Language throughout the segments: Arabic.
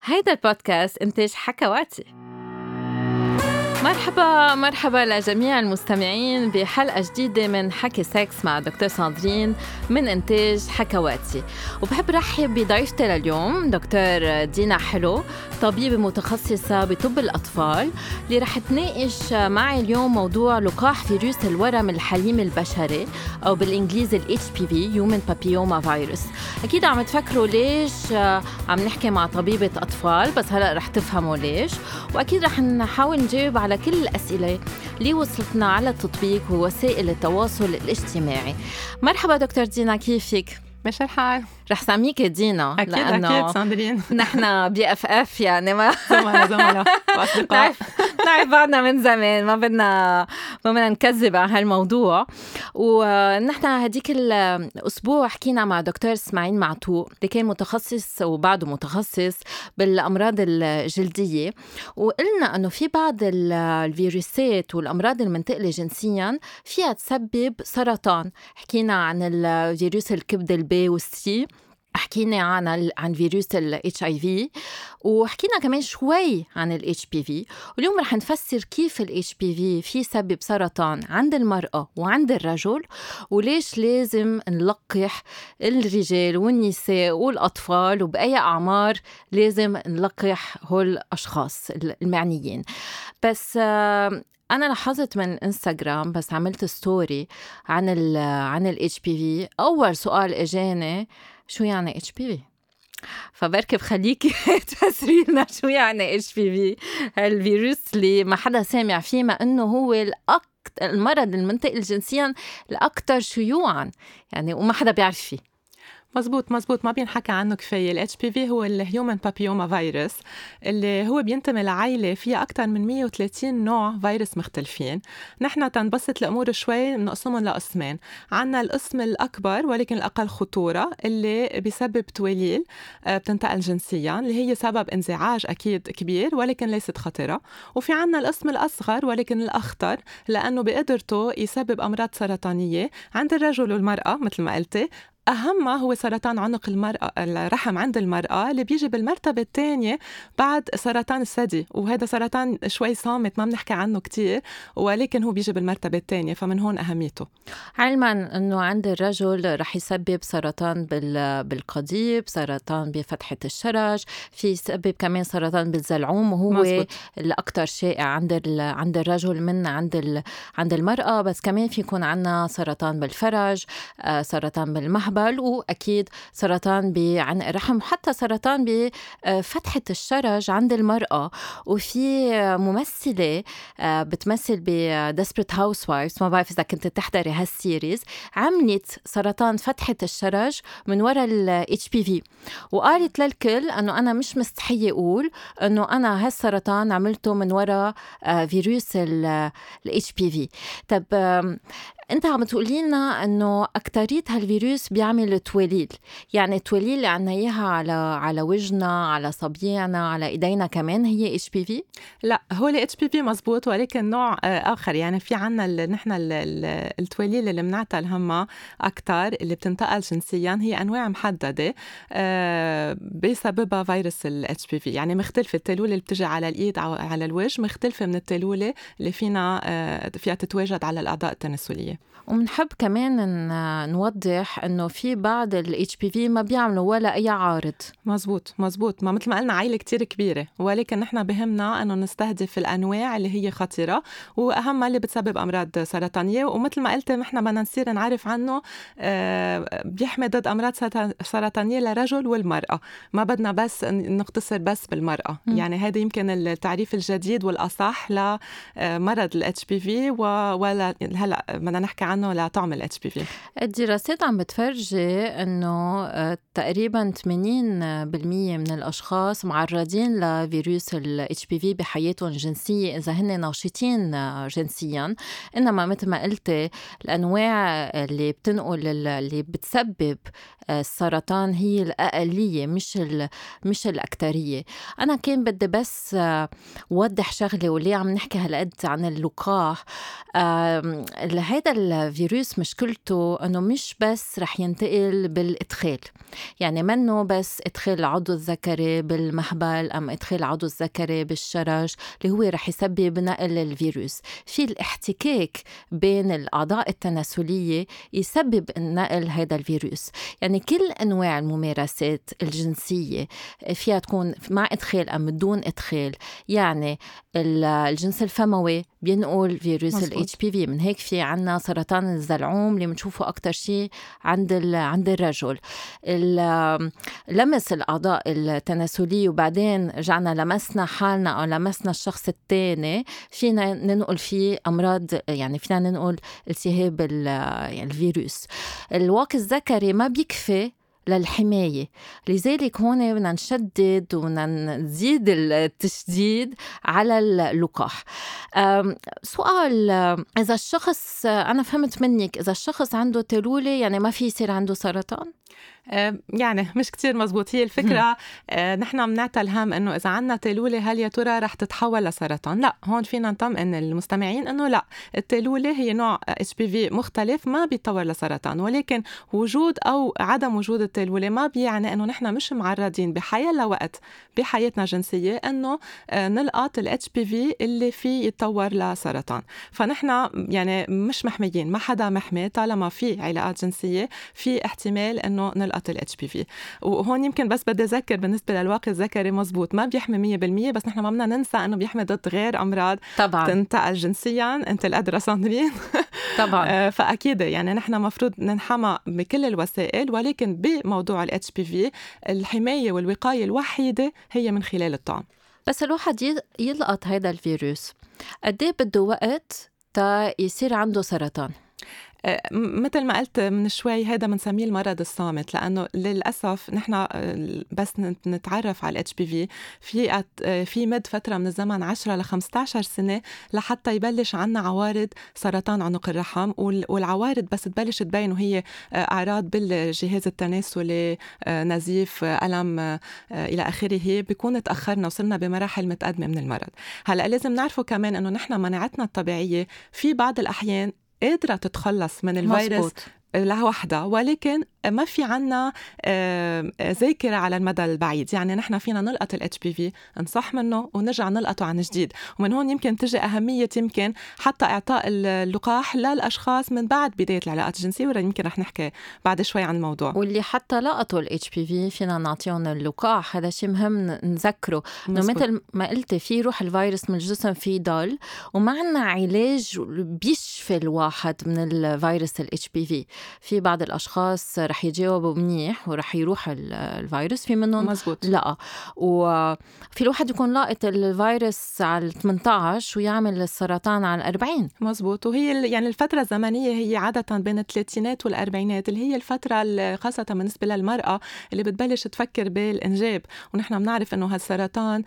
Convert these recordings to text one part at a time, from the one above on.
هيدا البودكاست إنتاج حكواتي. مرحبا لجميع المستمعين بحلقة جديدة من حكي سكس مع دكتور ساندرين من إنتاج حكواتي. وبحب رحب بضيفتي لليوم دكتور دينا حلو، طبيبة متخصصة بطب الأطفال، اللي رح تناقش معي اليوم موضوع لقاح فيروس الورم الحليم البشري أو بالإنجليزي ال HPV Human Papilloma Virus. أكيد عم تفكروا ليش عم نحكي مع طبيبة أطفال، بس هلأ رح تفهموا ليش. وأكيد رح نحاول نجاوب على كل الأسئلة اللي وصلتنا على التطبيق ووسائل التواصل الاجتماعي. مرحبا دكتور دينا، كيفك؟ ماشي الحال. رح ساميك دينا أكيد ساندرين. نحن BFF يعني ما زملاء وأصدقاء. نعرف بعضنا من زمان، ما بدنا نكذب على هالموضوع. ونحن هديك الأسبوع حكينا مع دكتور إسماعيل معتوق اللي كان متخصص وبعده متخصص بالأمراض الجلدية، وقلنا أنه في بعض الفيروسات والأمراض المنتقلة جنسيا فيها تسبب سرطان. حكينا عن الفيروس الكبد البي والسي، حكينا عن فيروس ال HIV، وحكينا كمان شوي عن ال HPV. واليوم رح نفسر كيف ال HPV في سبب سرطان عند المرأة وعند الرجل، وليش لازم نلقح الرجال والنساء والأطفال، وبأي أعمار لازم نلقح هول الأشخاص المعنيين. بس أنا لاحظت من إنستغرام، بس عملت ستوري عن ال HPV، أول سؤال إجاني شو يعني HPV؟ فبركب خليكي تفسري لنا شو يعني HPV، الفيروس اللي ما حدا سامع فيه، ما إنه هو المرض المنتقل جنسيا الأكثر شيوعا يعني، وما حدا بيعرف فيه. مزبوط ما بينحكى عنه كفاية. ال HPV هو الهيومن بابيوما فيروس، اللي هو بينتمي لعائلة فيها أكتر من 130 نوع فيروس مختلفين. نحن تنبسط الأمور شوي بنقسمهم لقسمين. عنا القسم الأكبر ولكن الأقل خطورة، اللي بيسبب تواليل بتنتقل جنسيا، اللي هي سبب انزعاج أكيد كبير ولكن ليست خطرة. وفي عنا القسم الأصغر ولكن الأخطر، لأنه بقدرته يسبب أمراض سرطانية عند الرجل والمرأة مثل ما قلتي. أهمها هو سرطان عنق الرحم عند المرأة، اللي بيجي بالمرتبة الثانية بعد سرطان الثدي، وهذا سرطان شوي صامت ما بنحكي عنه كتير، ولكن هو بيجي بالمرتبة الثانية، فمن هون أهميته. علما أنه عند الرجل رح يسبب سرطان بالقضيب، سرطان بفتحة الشرج، في سبب كمان سرطان بالزلعوم، وهو مزبوط الأكثر شائع عند الرجل من عند المرأة. بس كمان في يكون عنا سرطان بالفرج، سرطان بالمهبل، وأكيد سرطان بعنق الرحم، وحتى سرطان بفتحة الشرج عند المرأة. وفي ممثلة بتمثل Desperate Housewives، ما بعرف إذا كنت تحضري هالسيريز، عملت سرطان فتحة الشرج من وراء ال HPV، وقالت للكل أنه أنا مش مستحية أقول أنه أنا هالسرطان عملته من وراء فيروس ال HPV. طب أنت عم تقولي لنا أنه أكترية هالفيروس بيعمل تواليل، يعني التواليل اللي عنا إياها على وجهنا، على صبيعنا، على إيدينا كمان هي HPV؟ لا، هو ال HPV مزبوط ولكن نوع آخر. يعني في عنا نحن التواليل اللي بنعتل همها أكتر، اللي بتنتقل جنسيا، هي أنواع محددة بسببها فيروس ال HPV. يعني مختلفة التلولة اللي بتجي على الإيد أو على الوجه، مختلفة من التلولة اللي فيها تتواجد على الأعضاء التناسلية. ومنحب كمان نوضح أنه في بعض ال HPV ما بيعملوا ولا أي عارض. مزبوط ما مثل ما قلنا عائلة كتير كبيرة، ولكن نحن بهمنا أنه نستهدف الأنواع اللي هي خطيرة وأهمها اللي بتسبب أمراض سرطانية. ومثل ما قلت نحن بدنا نصير نعرف عنه بيحمي ضد أمراض سرطانية للرجل والمرأة، ما بدنا بس نقتصر بس بالمرأة. يعني هذا يمكن التعريف الجديد والأصح لمرض ال HPV، ولا هلأ بدنا نحكي عنه لطعم ال HPV. الدراسات عم بتفرجي أنه تقريباً 80% من الأشخاص معرضين لفيروس ال HPV بحياتهم الجنسية إذا هن ناشطين جنسياً. إنما مثل ما قلت الأنواع اللي بتنقل اللي بتسبب السرطان هي الأقلية مش الأكترية. أنا كان بدي بس وضح شغلة، وليه عم نحكي هالقد عن اللقاح. هيدا الفيروس مشكلته أنه مش بس رح ينتقل بالإدخال، يعني منه بس إدخال العضو الذكري بالمهبل أم إدخال العضو الذكري بالشرج اللي هو رح يسبب نقل الفيروس. في الاحتكاك بين الأعضاء التناسلية يسبب نقل هذا الفيروس. يعني كل أنواع الممارسات الجنسية فيها تكون مع إدخال أم بدون إدخال. يعني الجنس الفموي بينقل فيروس ال HPV، من هيك في عنا سرطان الزلعوم اللي بنشوفه أكتر شيء عند الرجل. لمس الأعضاء التناسلية وبعدين رجعنا لمسنا حالنا أو لمسنا الشخص الثاني فينا ننقل فيه أمراض، يعني فينا ننقل التهاب يعني الفيروس. الواقي الذكري ما بيكفي للحماية، لذلك هون بدنا نشدد ونزيد التشديد على اللقاح. سؤال، إذا الشخص، أنا فهمت منك، إذا الشخص عنده تلولة يعني ما في يصير عنده سرطان؟ يعني مش كتير مزبوط. هي الفكرة نحن منعتلهم إنه إذا عنا تلولة هل يا ترى رح تتحول لسرطان؟ لا، هون فينا نطمئن المستمعين إنه لا، التلولة هي نوع HPV مختلف ما بيتطور لسرطان، ولكن وجود أو عدم وجود التلولة ما بيعني إنه نحن مش معرضين بحياة وقت بحياتنا الجنسية إنه نلقط ال HPV اللي فيه يتطور لسرطان. فنحن يعني مش محميين، ما حدا محمي طالما في علاقات جنسية في احتمال إنه نلقط ال HPV. وهون يمكن بس بدي أذكر بالنسبة للواقي الذكري مزبوط ما بيحمي 100%، بس نحن ما بدنا ننسى إنه بيحمي ضد غير أمراض طبعا تنتقل جنسيا. أنت الأدرى ساندرين. طبعا. فأكيد يعني نحن مفروض ننحمى بكل الوسائل، ولكن بموضوع ال HPV الحماية والوقاية الوحيدة هي من خلال الطعام. بس الواحد يلقط هذا الفيروس قد ايه بده وقت تا يصير عنده سرطان؟ مثل ما قلت من شوي هذا بنسميه المرض الصامت، لأنه للأسف نحن بس نتعرف على HPV في مد فترة من الزمن 10 ل 15 سنة لحتى يبلش عنا عوارض سرطان عنق الرحم. والعوارض بس تبلش تبين وهي أعراض بالجهاز التناسلي، نزيف، ألم إلى آخره، بيكون تأخرنا وصلنا بمراحل متقدمة من المرض. هلأ لازم نعرفه كمان أنه نحن مناعتنا الطبيعية في بعض الأحيان قادرة تتخلص من الفيروس لوحدها، ولكن ما في عنا ذاكرة على المدى البعيد. يعني نحن فينا نلقط ال HPV نصح منه ونرجع نلقطه عن جديد. ومن هون يمكن تجي أهمية يمكن حتى إعطاء اللقاح للأشخاص من بعد بداية العلاقات الجنسية، ولا يمكن رح نحكي بعد شوي عن الموضوع. واللي حتى لقطوا ال HPV فينا نعطيهم اللقاح، هذا شيء مهم نذكره. إنه مثل ما قلت في يروح الفيروس من الجسم في ضل، وما عنا علاج بيشفي الواحد من الفيروس ال HPV. في بعض الأشخاص رح يجاوبوا منيح ورح يروح الفيروس، في منهم لا. وفي الواحد يكون لاقط الفيروس على 18 ويعمل السرطان على 40. مزبوط. وهي يعني الفترة الزمنية هي عادة بين الثلاثينات والأربعينات، اللي هي الفترة خاصة بالنسبة للمرأة اللي بتبلش تفكر بالإنجاب. ونحن بنعرف إنه هالسرطان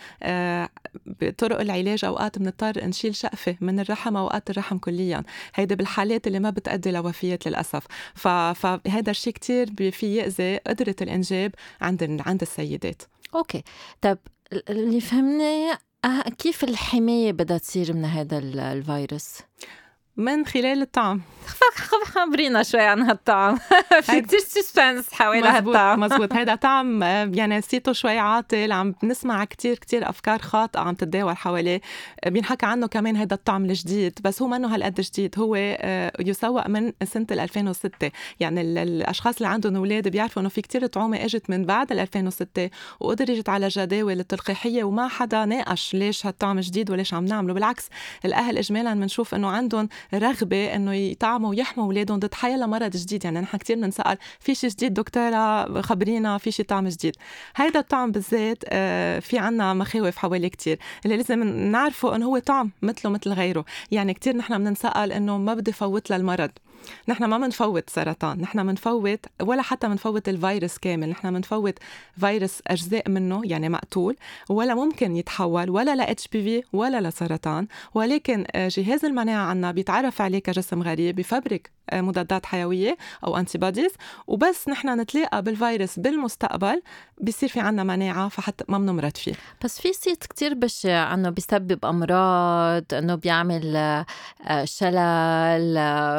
بطرق العلاج أوقات بنضطر نشيل شقفة من الرحم، أوقات الرحم كليا. هيدا بالحالات اللي ما بتأدي لوفيات للأسف. فهذا الشيء كتير في يأذي قدرة الإنجاب عند السيدات. أوكي، طب اللي فهمني كيف الحماية بدها تصير من هذا الفيروس؟ من خلال الطعام. خبرينا شوي عن هالطعام. في كتير سسبنس حوالي هالطعام. مزبوط. هيدا طعم يعني سيتو شوي عاطل، عم بنسمع كتير أفكار خاطئة عم تتداول حواليه. بينحكى عنه كمان هيدا الطعم الجديد، بس هو منه هالقد جديد. هو يسوق من سنة 2006. يعني الأشخاص اللي عندهم أولاد بيعرفوا إنه في كتير طعومة اجت من بعد 2006 وقدرت على جداول التلقيحية، وما حدا ناقش ليش هالطعم جديد وليش عم نعمله. بالعكس الأهل إجمالا بنشوف إنه عندهم رغبة إنه يطعموا ويحموا أولادهم ضد حياة مرض جديد. يعني نحن كتير بنسأل في شيء جديد دكتورة، خبرينا في شيء طعم جديد. هيدا الطعم بالذات في عنا مخاوف حوالي كتير، اللي لازم نعرفه إنه هو طعم مثله مثل غيره. يعني كتير نحن بنسأل إنه ما بدي فوت للمرض. نحن ما منفوت سرطان، نحن منفوت ولا حتى منفوت الفيروس كامل. نحن منفوت فيروس أجزاء منه يعني مقتول، ولا ممكن يتحول ولا ل HPV ولا لسرطان. ولكن جهاز المناعة عنا بيتعرف عليه كجسم غريب، بيفبرك مضادات حيوية أو أنتيبوديز، وبس نحن نتلاقى بالفيروس بالمستقبل بيصير في عنا مناعة، فحتى ما بنمرض فيه. بس في صيت كتير بشع أنه بيسبب أمراض، أنه بيعمل شلل، هل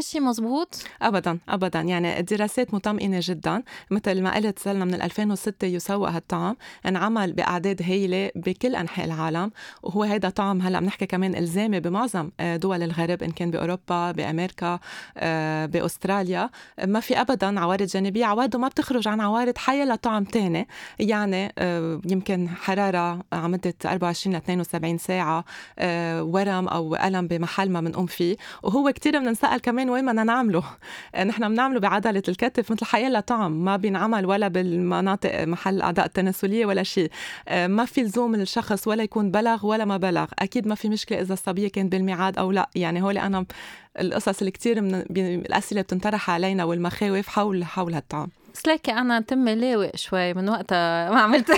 هالشي مزبوط؟ أبداً أبداً، يعني الدراسات مطمئنة جداً. مثل ما قلت صلنا من 2006 يسوق هالطعم، انعمل بأعداد هائلة بكل أنحاء العالم، وهو هيدا طعم هلأ بنحكي كمان إلزامي بمعظم دول الغرب، إن كان بأوروبا، بأمريكا، بأستراليا. ما في أبداً عوارض جانبية، عوارضه ما بتخرج عن عوارض حية لطعم تاني. يعني يمكن حرارة عمدة 24 ل 72 ساعة، ورم أو ألم بمحل ما بنقوم فيه. وهو كتير بنسأل كمان وين بدنا نعمله. نحن بنعمله بعضلة الكتف مثل حيلا طعم، ما بينعمل ولا بالمناطق محل الأعضاء التناسلية ولا شيء. ما في لزوم الشخص ولا يكون بلغ ولا ما بلغ. أكيد ما في مشكلة إذا الصبية كانت بالميعاد أو لا. يعني هولي أنا القصص اللي كتير من الأسئلة بتنطرح علينا والمخاوف حول هالطعم. بس لكي أنا تمي لاوق شوي من وقتها ما عملت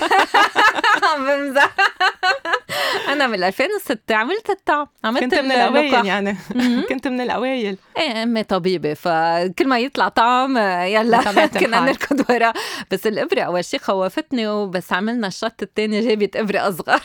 بمزح. أنا من 2006 عملت الطعم، كنت من الأوائل يعني. كنت من الأوائل. إيه أمي طبيبة، فكل ما يطلع طعم يلا كنا نركض ورا. بس الإبرة أول شيء خوفتني، وبس عملنا الشط التاني جابت إبرة أصغر.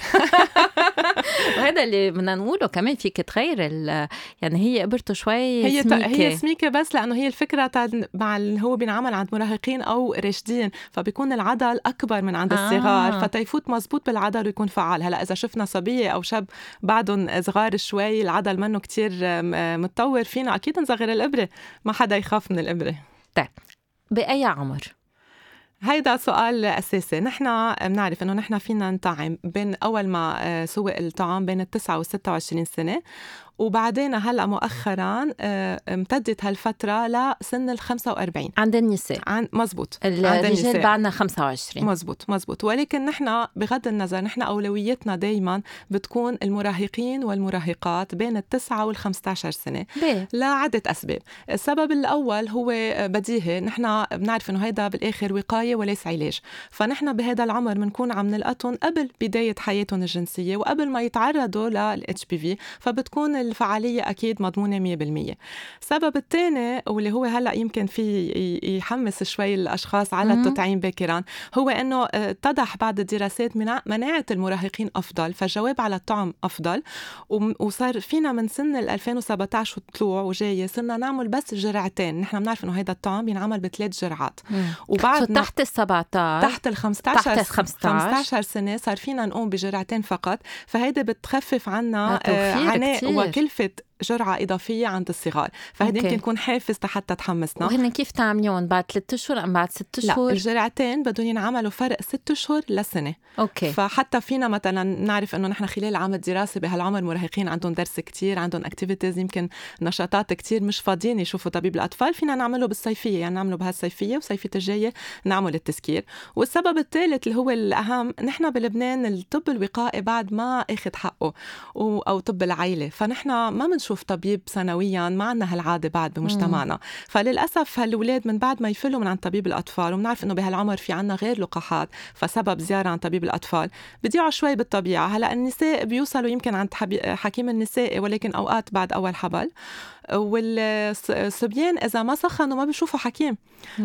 وهذا اللي بدنا نقوله كمان، فيك تغير يعني هي إبرته شوي سميكة. هي سميكة بس لأنه هي الفكرة مع هو بينعمل عند مراهقين أو راشدين، فبيكون العضل أكبر من عند الصغار، فتيفوت مزبوط بالعضل ويكون فعال. هلأ إذا شفنا صبية أو شاب بعدهم صغار شوي، العضل منه كتير متطور، فينا أكيد نصغر الإبرة، ما حدا يخاف من الإبرة. طيب بأي عمر؟ هيدا سؤال أساسي. نحن بنعرف إنه نحن فينا نطعم بين أول ما سوق الطعام بين 9 و 26 سنة، وبعدين هلأ مؤخراً امتدت هالفترة لسن 45 عند النساء. مزبوط. الرجال بعدنا 25. مزبوط. ولكن نحن بغض النظر نحن أولويتنا دايماً بتكون المراهقين والمراهقات بين 9 و15 سنة. لعدة أسباب. السبب الأول هو بديهي، نحن بنعرف إنه هيدا بالآخر وقاية وليس علاج. فنحن بهذا العمر بنكون عم نلقطهم قبل بداية حياتهم الجنسية وقبل ما يتعرضوا للHPV، فبتكون الفعالية أكيد مضمونة 100%. السبب الثاني واللي هو هلأ يمكن في يحمس شوي الأشخاص على التطعيم باكراً، هو أنه اتضح بعد الدراسات مناعة المراهقين أفضل، فالجواب على الطعم أفضل. وصار فينا من سن 2017 وطلوع وجاية صرنا نعمل بس جرعتين. نحن بنعرف أنه هيدا الطعم بينعمل ب3 جرعات. وبعد تحت 17 تحت 15 سنة صار فينا نقوم بجرعتين فقط، فهيدا بتخفف عنا عناء وكلفة جرعة إضافية عند الصغار. فهذا يمكن يكون حافز حتى تحمسنا. وهن كيف تعملون بعد 3 أشهر أم بعد 6 شهور؟ لا، الجرعتين بدون ينعملوا فرق 6 شهور لسنة. أوكي. فحتى فينا مثلا نعرف إنه نحن خلال العام الدراسي بهالعمر مراهقين عندهم درس كتير، عندهم اكتيفيتيز، يمكن نشاطات كتير، مش فاضيين يشوفوا طبيب الأطفال، فينا نعمله بالصيفية، يعني نعمله بهالصيفية وصيفية الجاية نعمل التسكير. والسبب الثالث اللي هو الأهم، نحن بلبنان الطب الوقائي بعد ما أخذ حقه أو طب العائلة، فنحن ما بنشوف طبيب سنويا، ما عنا هالعادة بعد بمجتمعنا. فللأسف هالولاد من بعد ما يفلوا من عند طبيب الأطفال، ومنعرف إنه بهالعمر في عنا غير لقاحات، فسبب زيارة عند طبيب الأطفال بيضيعوا شوي بالطبيعة. هلأ النساء بيوصلوا يمكن عند حكيم النساء، ولكن أوقات بعد أول حبل. والصبيان إذا ما سخنوا ما بيشوفوا حكيم،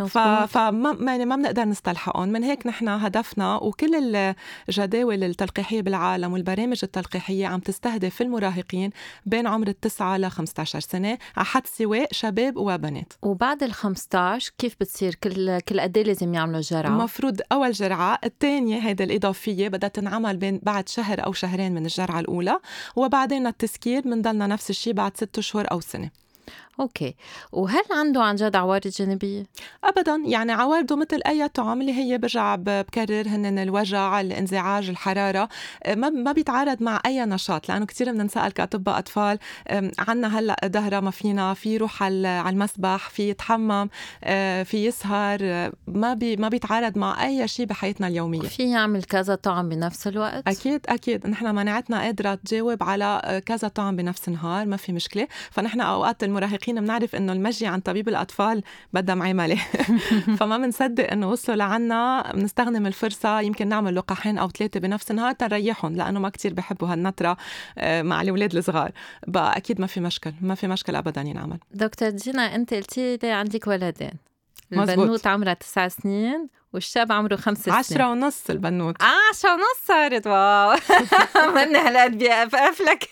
يعني ما بنقدر نستلحقهم. من هيك نحن هدفنا، وكل الجداول التلقيحية بالعالم والبرامج التلقيحية عم تستهدف المراهقين بين عمر 9 ل 15 سنة على حد سواء شباب وبنات. وبعد 15 كيف بتصير؟ كل قد ايه لازم يعملوا جرعة؟ المفروض أول جرعة، الثانية هيدا الإضافية بدها تنعمل بعد شهر أو شهرين من الجرعة الأولى، وبعدين التسكير بنضلنا نفس الشيء بعد 6 شهور أو سنة. أوكي. وهل عنده عن جد عوارض جانبية؟ أبداً، يعني عوارضه مثل أي طعم اللي هي برجع بكرر، هن الوجع، الانزعاج، الحرارة. ما بيتعارض مع أي نشاط، لأنه كتير بنسأل كأطباء أطفال عنا هلأ ظهره ما فينا، في يروح على المسبح، في يتحمم، في يسهر، ما بيتعارض مع أي شيء بحياتنا اليومية. في يعمل كذا طعم بنفس الوقت؟ أكيد نحن مناعتنا قادرة تجاوب على كذا طعم بنفس النهار، ما في مشكلة. فنحن أوقات المراهقين بنعرف إنه المجي عند طبيب الأطفال بدها معاملة فما بنصدق إنه وصلوا لعنا، بنستخدم الفرصة يمكن نعمل لقاحين أو 3 بنفس النهار تنريحهم، لأنه ما كتير بحبوا هالنطرة مع الأولاد الصغار. بقى أكيد ما في مشكل أبدا ينعمل. دكتور دينا، أنت قلتي لي عندك ولدين. البنوت عمرها 9 سنين والشاب عمره 5 سنين. 10 ونص البنوت. 10 ونص صارت. واو. من هالقد بيقف لك.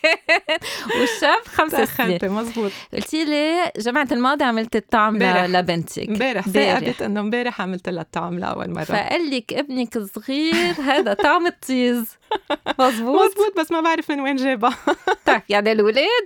والشاب 5 سنين. مزبوط. قلتي لي جمعة الماضي عملت الطعم لبنتك. امبارح ثاقبت انه امبارح عملت لها الطعم لاول مرة. فقال لك ابنك الصغير هذا طعم الطيز. مزبوط بس ما بعرف من وين جابها. طيب يعني الأولاد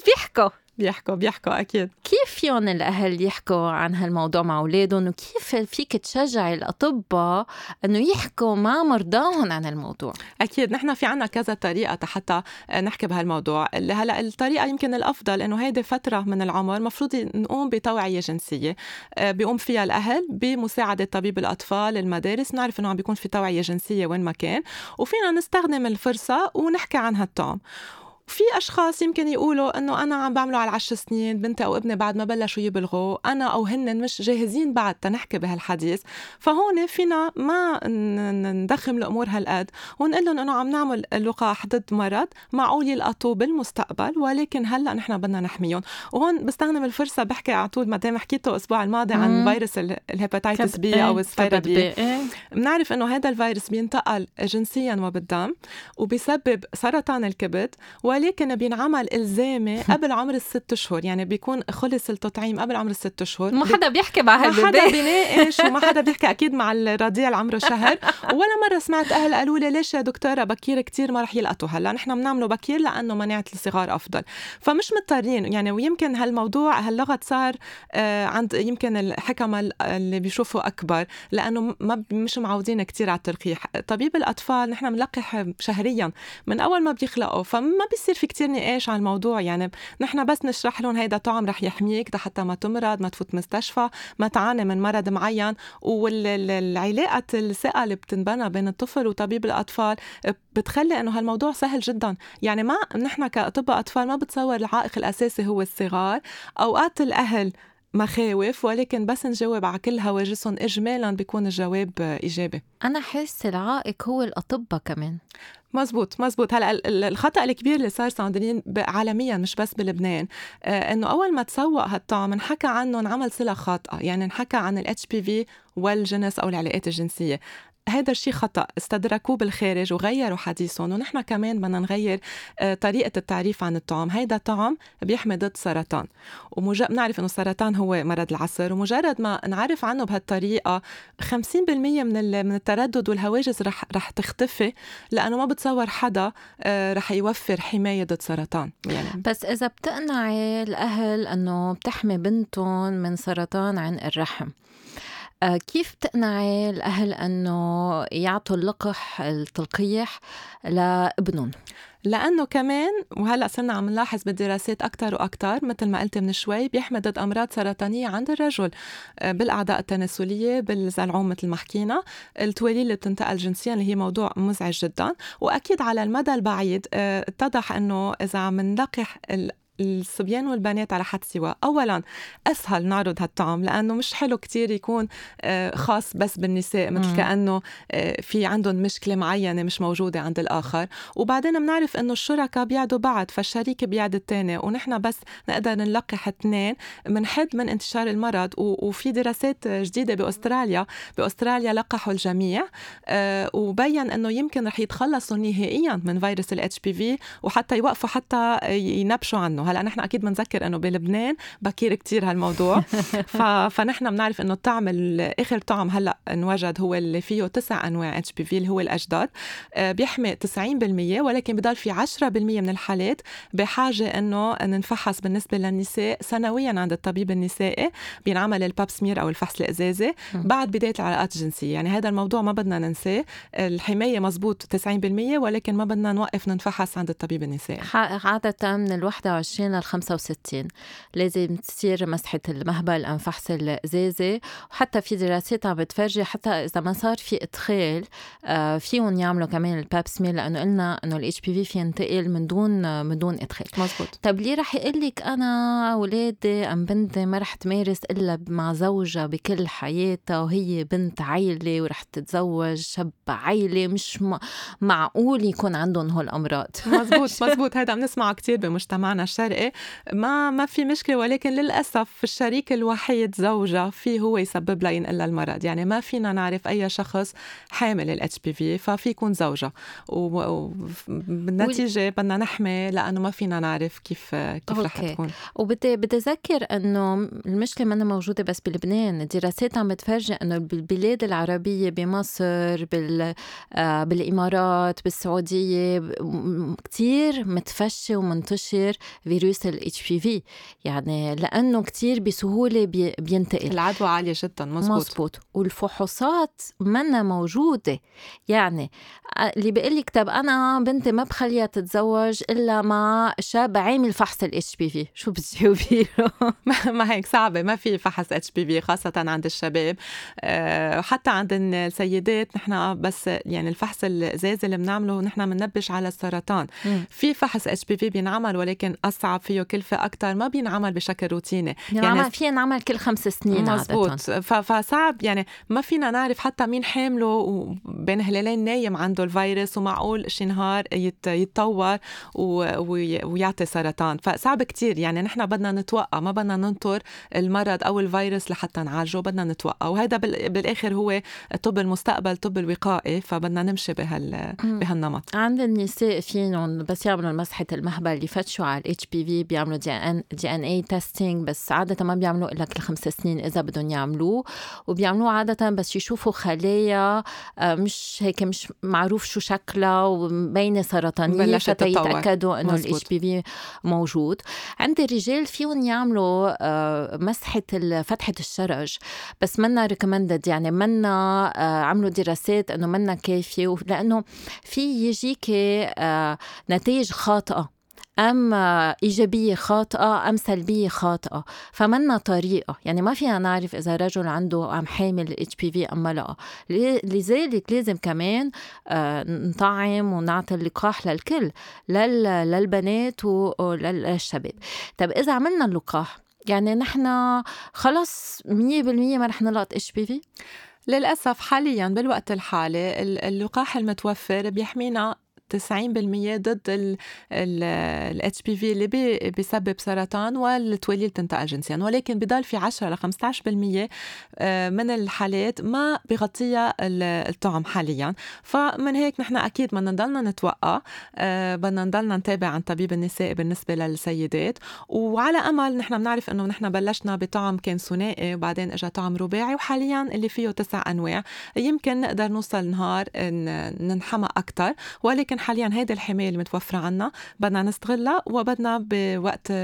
بيحكوا أكيد. كيف فيهم الأهل يحكوا عن هالموضوع مع أولادهم، وكيف فيك تشجعي الأطباء أنه يحكوا مع مرضاهم عن الموضوع؟ أكيد نحن في عنا كذا طريقة حتى نحكي بهالموضوع. هلأ الطريقة يمكن الأفضل أنه هيدي فترة من العمر مفروض نقوم بتوعية جنسية بيقوم فيها الأهل بمساعدة طبيب الأطفال، المدارس. نعرف أنه عم بيكون في توعية جنسية وين ما كان، وفينا نستخدم الفرصة ونحكي عن هالطعم. في أشخاص يمكن يقولوا أنه أنا عم بعمله على 10 سنين، بنتي أو ابني بعد ما بلشوا يبلغوا، أنا أو هن مش جاهزين بعد تنحكي بهالحديث. فهون فينا ما ندخم الأمور هالقد ونقول لهم أنه عم نعمل لقاح ضد مرض معقول يلقطوه بالمستقبل، ولكن هلأ نحن بدنا نحميهم. وهون بستخدم الفرصة بحكي على طول مدام حكيته الأسبوع الماضي عن فيروس الهيباتيتس بي أو السفيرة بي. بنعرف أنه هذا الفيروس بينتقل جنسيا وبالدم وبيسبب سرطان الكبد، ولكن بينعمل إلزامي قبل عمر 6 أشهر. يعني بيكون خلص التطعيم قبل عمر 6 أشهر. ما حدا بيحكي مع هالبيبي، ما حدا بيناقش وما حدا بيحكي أكيد مع الرضيع اللي عمره شهر. ولا مرة سمعت أهل قالوا لي ليش يا دكتورة بكير كتير ما رح يلقطوا. هلا نحن بنعمله بكير لأنه مناعة الصغار أفضل، فمش مضطرين يعني. ويمكن هالموضوع هاللغط صار عند يمكن الحكمة اللي بيشوفوا أكبر، لأنه مش معودين كتير على التلقيح. طبيب الأطفال نحن بنلقح شهريا من أول ما بيخلقوا، فما بيصير في كتير نقاش عن الموضوع. يعني نحن بس نشرح لهم هيدا طعم رح يحميك حتى ما تمرض، ما تفوت مستشفى، ما تعاني من مرض معين. والعلاقة الثقة اللي بتنبنى بين الطفل وطبيب الأطفال بتخلي إنه هالموضوع سهل جدا. يعني ما نحن كأطباء أطفال ما بتصور العائق الأساسي هو الصغار. أوقات الأهل مخاوف، ولكن بس نجاوب على كل هواجسهم إجمالا بيكون الجواب إيجابي. أنا حس العائق هو الأطباء كمان. مزبوط. هلا الخطأ الكبير اللي صار صادرين عالميا مش بس بلبنان، انه اول ما تسوق هالطعم انحكى عنه انعمل صلة خاطئة. يعني انحكى عن ال HPV والجنس او العلاقات الجنسية. هذا الشيء خطأ، استدركوه بالخارج وغيروا حديثهم. ونحن كمان بدنا نغير طريقة التعريف عن الطعم. هيدا طعم بيحمي ضد سرطان، نعرف إنه السرطان هو مرض العصر، ومجرد ما نعرف عنه بهالطريقة 50% من التردد والهواجس رح تختفي، لأنه ما بتصور حدا رح يوفر حماية ضد سرطان. يعني بس إذا بتقنعي الأهل أنه بتحمي بنتهم من سرطان عنق الرحم، كيف تقنعي الأهل أنه يعطوا اللقح التلقيح لابنهم؟ لأنه كمان وهلأ صرنا عم نلاحظ بالدراسات أكتر وأكتر مثل ما قلت من شوي بيحمي ضد أمراض سرطانية عند الرجل، بالأعضاء التناسلية، بالزلعوم مثل ما حكينا، التواليل اللي بتنتقل جنسيا اللي هي موضوع مزعج جدا. وأكيد على المدى البعيد اتضح أنه إذا عم نلقح الصبيان والبنات على حد سواء، أولاً أسهل نعرض هالطعم لأنه مش حلو كتير يكون خاص بس بالنساء، مثل كأنه في عندهم مشكلة معينة مش موجودة عند الآخر. وبعدين بنعرف أنه الشركة بيعدوا بعض، فالشريك بيعد التاني، ونحن بس نقدر نلقح 2 منحد من انتشار المرض. وفي دراسات جديدة بأستراليا لقحوا الجميع وبين أنه يمكن رح يتخلصوا نهائياً من فيروس ال HPV وحتى يوقفوا حتى ينبشوا عنه. هلا نحن اكيد بنذكر انه بلبنان بكير كتير هالموضوع فنحن بنعرف انه الطعم اخر طعم هلا انوجد هو اللي فيه 9 انواع HPV اللي هو الاجداد، بيحمي 90%، ولكن بضل في 10% من الحالات بحاجه انه ننفحص بالنسبه للنساء سنويا عند الطبيب النسائي، بينعمل الباب سمير او الفحص الازازي بعد بدايه العلاقات الجنسيه. يعني هذا الموضوع ما بدنا ننساه، الحمايه مزبوط 90%، ولكن ما بدنا نوقف ننفحص عند الطبيب النسائي. عاده من 21 ل 65 لازم تصير مسحة المهبل أم فحص الإزازة. وحتى في دراسات عم بتفرجي حتى إذا ما صار في إدخال فيهم يعملوا كمان الباب سمير، لأنه قلنا إنه ال HPV في ينتقل من دون إدخال. مزبوط. طب ليه رح يقلك أنا ولادي أم بنتي ما رح تمارس إلا مع زوجة بكل حياتها، وهي بنت عيلة ورح تتزوج شاب عيلة، مش معقول يكون عندهم هالأمراض. مزبوط. هذا بنسمعه كتير بمجتمعنا الشرقي الشرقي ما في مشكلة، ولكن للأسف الشريك الوحيد زوجها فيه هو يسبب لها ينقلها المرض. يعني ما فينا نعرف أي شخص حامل ال HPV، ففي يكون زوجها، وبالنتيجة بدنا نحمي لأنه ما فينا نعرف كيف رح تكون. بتذكر أنه المشكلة منا موجودة بس بلبنان. الدراسات عم بتفرجي أنه بالبلاد العربية، بمصر، بالإمارات، بالسعودية، كتير متفشي ومنتشر فيروس ال HPV، يعني لأنه كتير بسهولة بينتقل، العدوى عالية جدا. مزبوط. والفحوصات منا موجودة. يعني اللي بيقلك طب أنا بنتي ما بخليها تتزوج إلا مع شاب عامل فحص ال HPV، شو بتجاوبي له؟ ما هيك صعبة، ما في فحص HPV خاصة عند الشباب. حتى عند السيدات نحن بس يعني الفحص الإزازي اللي بنعمله نحن بننبش على السرطان. في فحص HPV بينعمل، ولكن أصعب، فيه كلفة أكتر، ما بينعمل بشكل روتيني. يعني فينا نعمل كل 5 سنين مزبوط. فصعب، يعني ما فينا نعرف حتى مين حامله وبين هلالين نايم عنده الفيروس، ومعقول شي نهار يتطور ويعطي سرطان. فصعب كتير. يعني نحن بدنا نتوقع، ما بدنا ننطر المرض أو الفيروس لحتى نعالجه، بدنا نتوقع. وهذا بالآخر هو طب المستقبل، طب الوقائي، فبدنا نمشي بهالنمط. عند النساء فينهم بس يعملوا مسحة المهبل يفتشوا على ال HPV، بيعملوا DNA تيستينج، بس عادة ما بيعملوا إلا كل 5 سنين إذا بدهم يعملوه. وبيعملوه عادة بس يشوفوا خلايا مش هيك، مش معروف شو شكلها ومبينة سرطانية، حتى يتأكدوا إنه ال HPV موجود. عند الرجال فيهم يعملوا مسحة فتحة الشرج، بس منا ريكومندد، يعني منا عملوا دراسات إنه منا كافية، لأنه في يجيكي نتائج خاطئة، أم إيجابية خاطئة أم سلبية خاطئة، فمنا طريقة. يعني ما فينا نعرف إذا رجل عنده حامل HPV أم لا. لذلك لازم كمان نطعم ونعطي اللقاح للكل، للبنات وللشباب. طب إذا عملنا اللقاح، يعني نحن خلص 100% ما رح نلقط HPV؟ للأسف حالياً بالوقت الحالي اللقاح المتوفر بيحمينا 90% ضد ال HPV اللي بيسبب سرطان والتوليد تنتقل جنسيا، ولكن بضل في 10 ل 15% من الحالات ما بيغطيها الطعم حاليا. فمن هيك نحن أكيد بدنا نضلنا نتوقع، بدنا نضلنا نتابع عن طبيب النساء بالنسبة للسيدات، وعلى أمل نحن بنعرف إنه نحن بلشنا بطعم كان ثنائي وبعدين إجا طعم رباعي، وحاليا اللي فيه 9 أنواع. يمكن نقدر نوصل نهار ننحمى أكتر، ولكن حاليا هيدي الحماية المتوفرة عنا بدنا نستغلها، وبدنا بوقت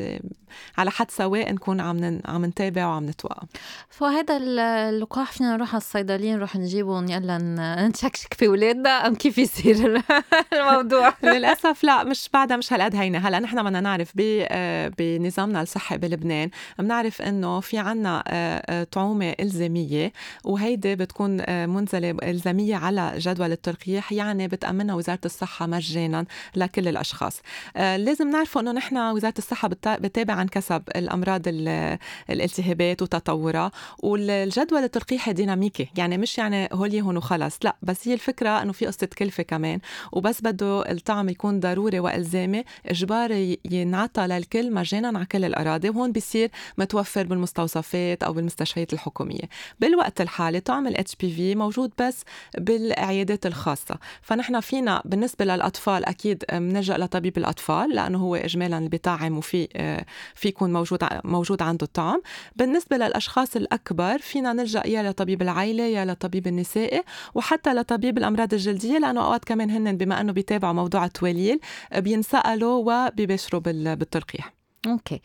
على حد سواء نكون عم نتابع وعم نتوقع. فهذا اللقاح فينا نروح على الصيدليين نروح نجيبه يلا نشكشك في ولادنا، أم كيف يصير الموضوع؟ للأسف لا، مش بعدها مش هالقد هينة. هلا نحن بدنا نعرف بنظامنا الصحي بلبنان بنعرف إنه في عنا طعومة إلزامية، وهيدي بتكون منزلة إلزامية على جدول التلقيح، يعني بتأمنها وزارة الصحة مجانا لكل الأشخاص. لازم نعرفه إنه نحن وزارة الصحة بتتابع عن كسب الأمراض الالتهابات وتطورها، والجدول التلقيحي ديناميكي، يعني مش يعني هولي هون وخلص، لا، بس هي الفكرة إنه في قصة كلفة كمان، وبس بده الطعم يكون ضروري وإلزامي إجباري ينعطى للكل مجانا على كل الأراضي، وهون بيصير متوفر بالمستوصفات أو بالمستشفيات الحكومية. بالوقت الحالي طعم ال HPV موجود بس بالعيادات الخاصة، فنحن فينا بالنسبة للأطفال أكيد بنلجأ لطبيب الأطفال لأنه هو إجمالا اللي بيطعم وفي يكون موجود عنده الطعم. بالنسبة للأشخاص الأكبر فينا نلجأ يا لطبيب العائلة يا لطبيب النسائي، وحتى لطبيب الأمراض الجلدية، لأنه أوقات كمان هن بما أنه بيتابعوا موضوع التوليل بينسألوا وبيبشروا بالتلقيح. أوكي.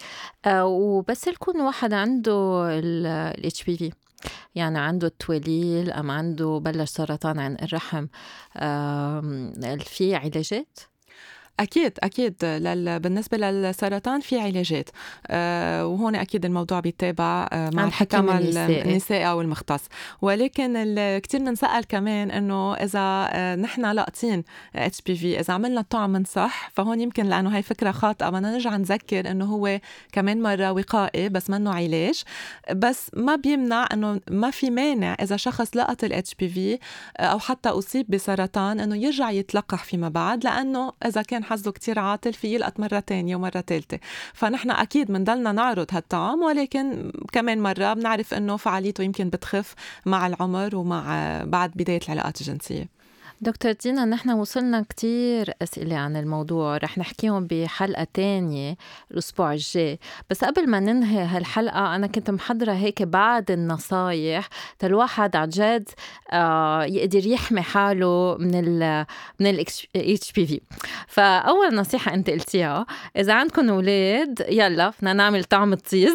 وبس يكون واحد عنده ال HPV، يعني عنده التوليل أم عنده بلش سرطان عن الرحم، في علاجات؟ أكيد بالنسبة للسرطان في علاجات، وهون أكيد الموضوع بيتابع مع الحكم النسائي أو المختص. ولكن كتير نسأل كمان إنه إذا نحن لاقطين HPV إذا عملنا الطعم من صح، فهون يمكن لأنه هاي فكرة خاطئة بدنا نرجع نذكر إنه هو كمان مرة وقائي بس منه علاج، بس ما بيمنع إنه ما في مانع إذا شخص لقط ال HPV أو حتى أصيب بسرطان إنه يرجع يتلقح فيما بعد، لأنه إذا كان حظه كتير عاطل في يلقط مرة تانية ومرة ثالثة. فنحن أكيد منضلنا نعرض هالطعم، ولكن كمان مرة بنعرف إنه فعاليته يمكن بتخف مع العمر ومع بعد بداية العلاقات الجنسية. دكتور دينا، نحن وصلنا كتير أسئلة عن الموضوع، رح نحكيهم بحلقة تانية الأسبوع الجاي. بس قبل ما ننهي هالحلقة أنا كنت محضرة هيك بعض النصايح الواحد عن جد يقدر يحمي حاله من ال HPV. فأول نصيحة أنت قلتيها، إذا عندكم أولاد يلا بدنا نعمل طعم الطيز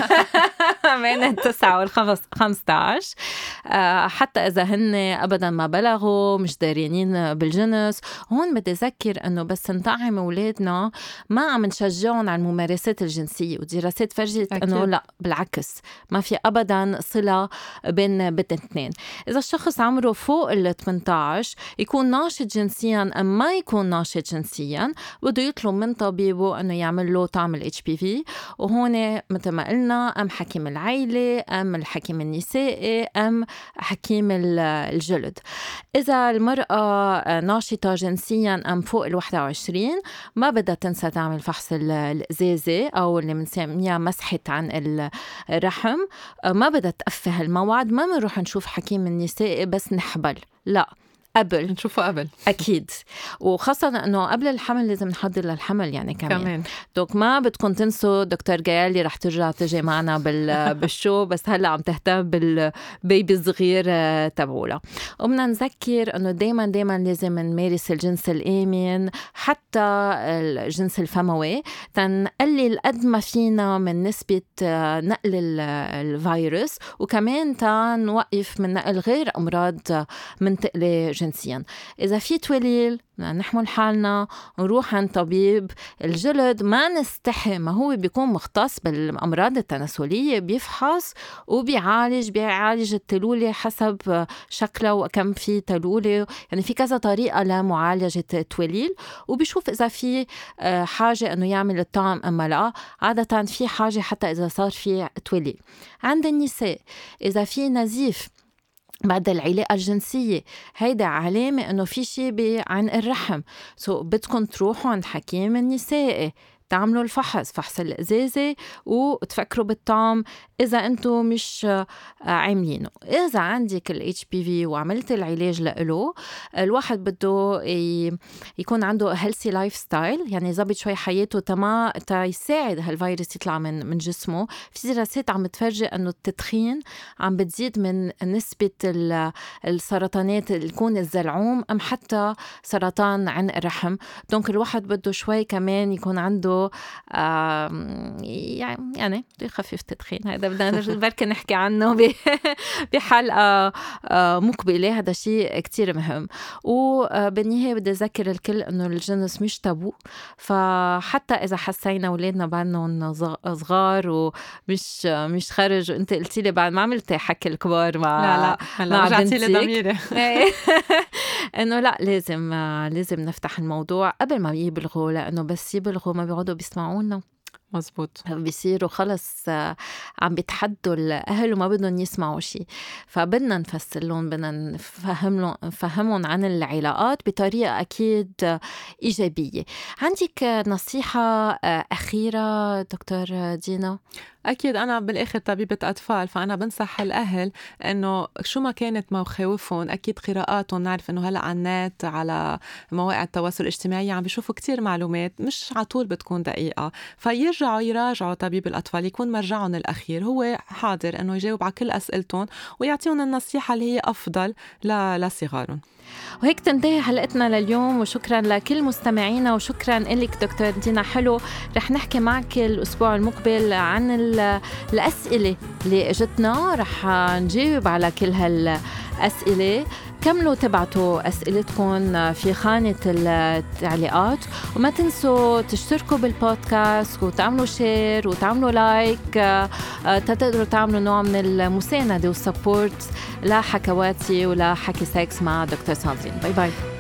بين 9 و15، حتى إذا هن أبدا ما بلغوا مش دارينين بالجنس. هون بدي أذكر أنه بس نطعم أولادنا ما عم نشجعهم على الممارسات الجنسية، ودراسات فرجت أنه لا بالعكس، ما في أبدا صلة بين الاثنين. إذا الشخص عمره فوق ال 18 يكون ناشط جنسيا أم ما يكون ناشط جنسيا، بده يطلب من طبيبه أنه يعمل له طعم ال HPV. وهون مثل ما قلنا أم حكيم العائلة أم الحكيم النسائي أم حكيم الجلد. إذا المرأة ناشطة جنسيا أم فوق ال 21 ما بدها تنسى تعمل فحص الإزازة أو اللي بنسميها مسحة عن الرحم. ما بدها تأفه الموعد، ما بنروح نشوف حكيم النسائي بس نحبل، لا قبل نشوفه قبل أكيد، وخاصة أنه قبل الحمل لازم نحضر للحمل يعني كمان. دوك ما بدكم تنسوا دكتور جيالي رح تجي معنا بالشو، بس هلأ عم تهتم بالبيبي الصغير تبعولا. وبدنا نذكر أنه دايما لازم نمارس الجنس الآمن، حتى الجنس الفموي، تنقلل قد ما فينا من نسبة نقل الفيروس، وكمان تنوقف من نقل غير أمراض منتقلة جنسيا. إذا في توليل نحمل حالنا نروح عند طبيب الجلد، ما نستحي، ما هو بيكون مختص بالأمراض التناسلية، بيفحص وبيعالج التلولة حسب شكله وكم في تلولة، يعني في كذا طريقة لمعالجة التوليل، وبيشوف إذا في حاجة أنه يعمل الطعم أما لا. عادة في حاجة حتى إذا صار في توليل. عند النساء إذا في نزيف بعد العلاقة الجنسية، هيدا علامة أنه في شيء عن الرحم، بدكم تروحوا عند حكيم النسائي تعملوا فحص الإزازة وتفكروا بالطعم إذا أنتم مش عاملينه. إذا عندك ال HPV وعملت العلاج له، الواحد بده يكون عنده healthy lifestyle، يعني يضبط شوي حياته تا يساعد هالفيروس يطلع من جسمه. في دراسات عم تفرجي أنه التدخين عم بتزيد من نسبة السرطانات اللي يكون الزلعوم أم حتى سرطان عن الرحم. دونك الواحد بده شوي كمان يكون عنده يعني يخفف التدخين. هذا بدنا بركة نحكي عنه بحلقة مقبلة، هذا شيء كتير مهم. وبالنهاية بدي أذكر الكل أنه الجنس مش تابو، فحتى إذا حسينا أولادنا بعدنا صغار ومش خارج، وأنت قلتي لي بعد ما عملتي حكي الكبار مع بنتك إنه لا لازم نفتح الموضوع قبل ما يبلغوا، لأنه بس يبلغوا ما بيقعدوا بيسمعونا. مزبوط، بيصيروا خلص عم بيتحدوا الأهل وما بدهم يسمعوا شيء. فبدنا نفسر لهم، بدنا نفهمهم عن العلاقات بطريقة أكيد إيجابية. عندك نصيحة أخيرة دكتور دينا؟ أكيد أنا بالآخر طبيبة أطفال، فأنا بنصح الأهل إنه شو ما كانت مخاوفهم، أكيد قراءاتهم، نعرف إنه هلأ على النت على مواقع التواصل الاجتماعي عم بيشوفوا كتير معلومات مش عطول بتكون دقيقة، يراجعوا طبيب الأطفال، يكون مرجعهم الأخير هو حاضر إنه يجاوب على كل أسئلتهم ويعطيهم النصيحة اللي هي أفضل لصغارهم. وهيك تنتهي حلقتنا لليوم، وشكرا لكل مستمعينا، وشكرا لك دكتور دينا حلو. رح نحكي معك الأسبوع المقبل عن الأسئلة اللي اجتنا، رح نجاوب على كل هالأسئلة. كملوا تبعتوا أسئلتكم في خانة التعليقات، وما تنسوا تشتركوا بالبودكاست وتعملوا شير وتعملوا لايك، تقدروا تعملوا نوع من المساندة والسبورت لحكواتي ولا حكي سكس مع دكتور ساندرين. باي باي.